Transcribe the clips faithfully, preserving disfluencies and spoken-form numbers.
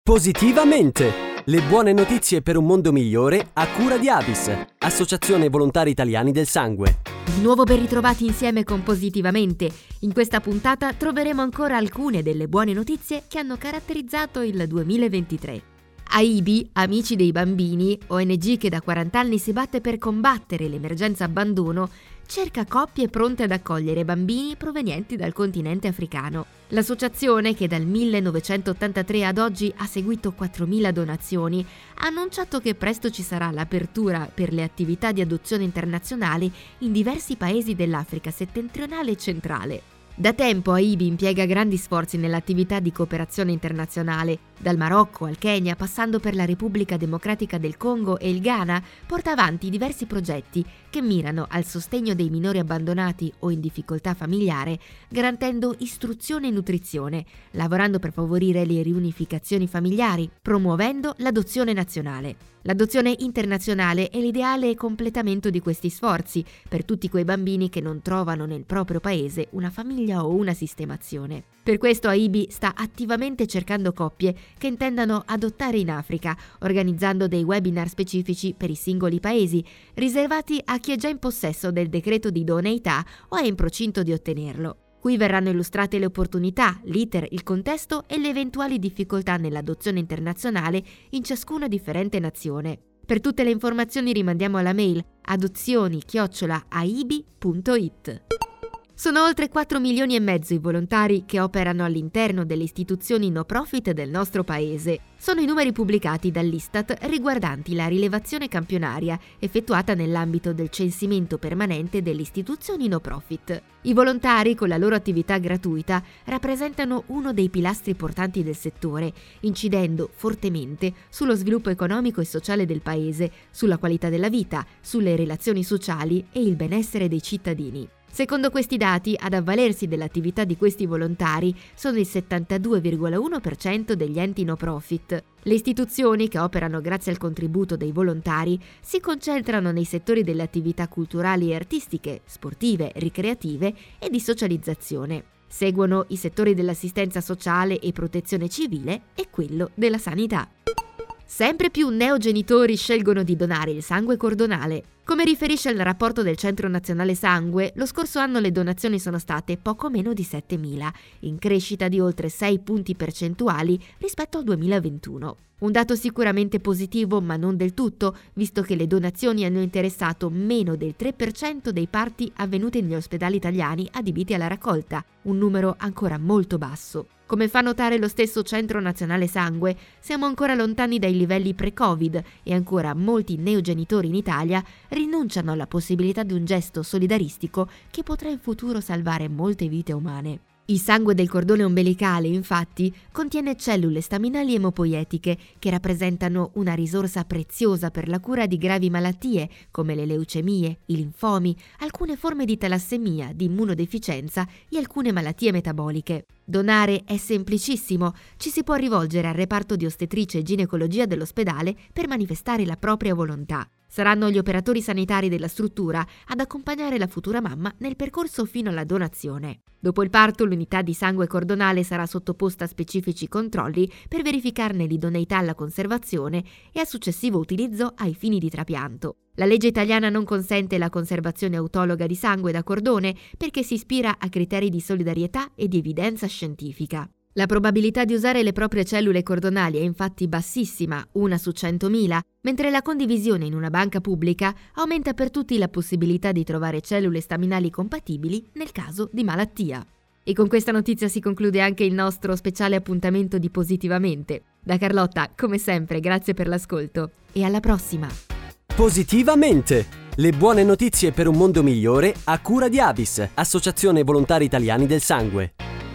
Positivamente! Le buone notizie per un mondo migliore a cura di Avis, Associazione Volontari Italiani del Sangue. Di nuovo ben ritrovati insieme con Positivamente. In questa puntata troveremo ancora alcune delle buone notizie che hanno caratterizzato il duemilaventitré. AIBI, Amici dei Bambini, O N G che da quaranta anni si batte per combattere l'emergenza abbandono, cerca coppie pronte ad accogliere bambini provenienti dal continente africano. L'associazione, che dal millenovecentottantatré ad oggi ha seguito quattromila donazioni, ha annunciato che presto ci sarà l'apertura per le attività di adozione internazionali in diversi paesi dell'Africa settentrionale e centrale. Da tempo AIBI impiega grandi sforzi nell'attività di cooperazione internazionale. Dal Marocco al Kenya, passando per la Repubblica Democratica del Congo e il Ghana, porta avanti diversi progetti che mirano al sostegno dei minori abbandonati o in difficoltà familiare, garantendo istruzione e nutrizione, lavorando per favorire le riunificazioni familiari, promuovendo l'adozione nazionale. L'adozione internazionale è l'ideale completamento di questi sforzi per tutti quei bambini che non trovano nel proprio paese una famiglia o una sistemazione. Per questo AIBI sta attivamente cercando coppie che intendano adottare in Africa, organizzando dei webinar specifici per i singoli paesi, riservati a chi è già in possesso del decreto di idoneità o è in procinto di ottenerlo. Qui verranno illustrate le opportunità, l'iter, il contesto e le eventuali difficoltà nell'adozione internazionale in ciascuna differente nazione. Per tutte le informazioni rimandiamo alla mail adozioni chiocciola aibi punto it. Sono oltre quattro milioni e mezzo i volontari che operano all'interno delle istituzioni no profit del nostro paese. Sono i numeri pubblicati dall'Istat riguardanti la rilevazione campionaria effettuata nell'ambito del censimento permanente delle istituzioni no profit. I volontari, con la loro attività gratuita, rappresentano uno dei pilastri portanti del settore, incidendo fortemente sullo sviluppo economico e sociale del paese, sulla qualità della vita, sulle relazioni sociali e il benessere dei cittadini. Secondo questi dati, ad avvalersi dell'attività di questi volontari sono il settantadue virgola uno per cento degli enti no profit. Le istituzioni che operano grazie al contributo dei volontari si concentrano nei settori delle attività culturali e artistiche, sportive, ricreative e di socializzazione. Seguono i settori dell'assistenza sociale e protezione civile e quello della sanità. Sempre più neogenitori scelgono di donare il sangue cordonale. Come riferisce il rapporto del Centro Nazionale Sangue, lo scorso anno le donazioni sono state poco meno di settemila, in crescita di oltre sei punti percentuali rispetto al duemilaventuno. Un dato sicuramente positivo, ma non del tutto, visto che le donazioni hanno interessato meno del tre per cento dei parti avvenuti negli ospedali italiani adibiti alla raccolta, un numero ancora molto basso. Come fa notare lo stesso Centro Nazionale Sangue, siamo ancora lontani dai livelli pre-Covid e ancora molti neogenitori in Italia rinunciano alla possibilità di un gesto solidaristico che potrà in futuro salvare molte vite umane. Il sangue del cordone ombelicale, infatti, contiene cellule staminali emopoietiche che rappresentano una risorsa preziosa per la cura di gravi malattie come le leucemie, i linfomi, alcune forme di talassemia, di immunodeficienza e alcune malattie metaboliche. Donare è semplicissimo, ci si può rivolgere al reparto di ostetricia e ginecologia dell'ospedale per manifestare la propria volontà. Saranno gli operatori sanitari della struttura ad accompagnare la futura mamma nel percorso fino alla donazione. Dopo il parto, l'unità di sangue cordonale sarà sottoposta a specifici controlli per verificarne l'idoneità alla conservazione e al successivo utilizzo ai fini di trapianto. La legge italiana non consente la conservazione autologa di sangue da cordone perché si ispira a criteri di solidarietà e di evidenza scientifica. La probabilità di usare le proprie cellule cordonali è infatti bassissima, una su centomila, mentre la condivisione in una banca pubblica aumenta per tutti la possibilità di trovare cellule staminali compatibili nel caso di malattia. E con questa notizia si conclude anche il nostro speciale appuntamento di Positivamente. Da Carlotta, come sempre, grazie per l'ascolto e alla prossima! Positivamente! Le buone notizie per un mondo migliore a cura di Avis, Associazione Volontari Italiani del Sangue.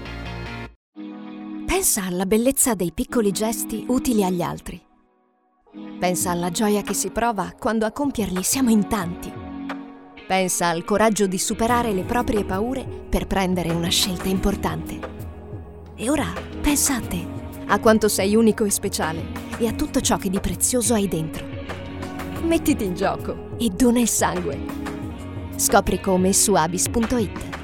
Pensa alla bellezza dei piccoli gesti utili agli altri. Pensa alla gioia che si prova quando a compierli siamo in tanti. Pensa al coraggio di superare le proprie paure per prendere una scelta importante. E ora pensa a te, a quanto sei unico e speciale e a tutto ciò che di prezioso hai dentro. Mettiti in gioco e dona il sangue. Scopri come su abis punto it.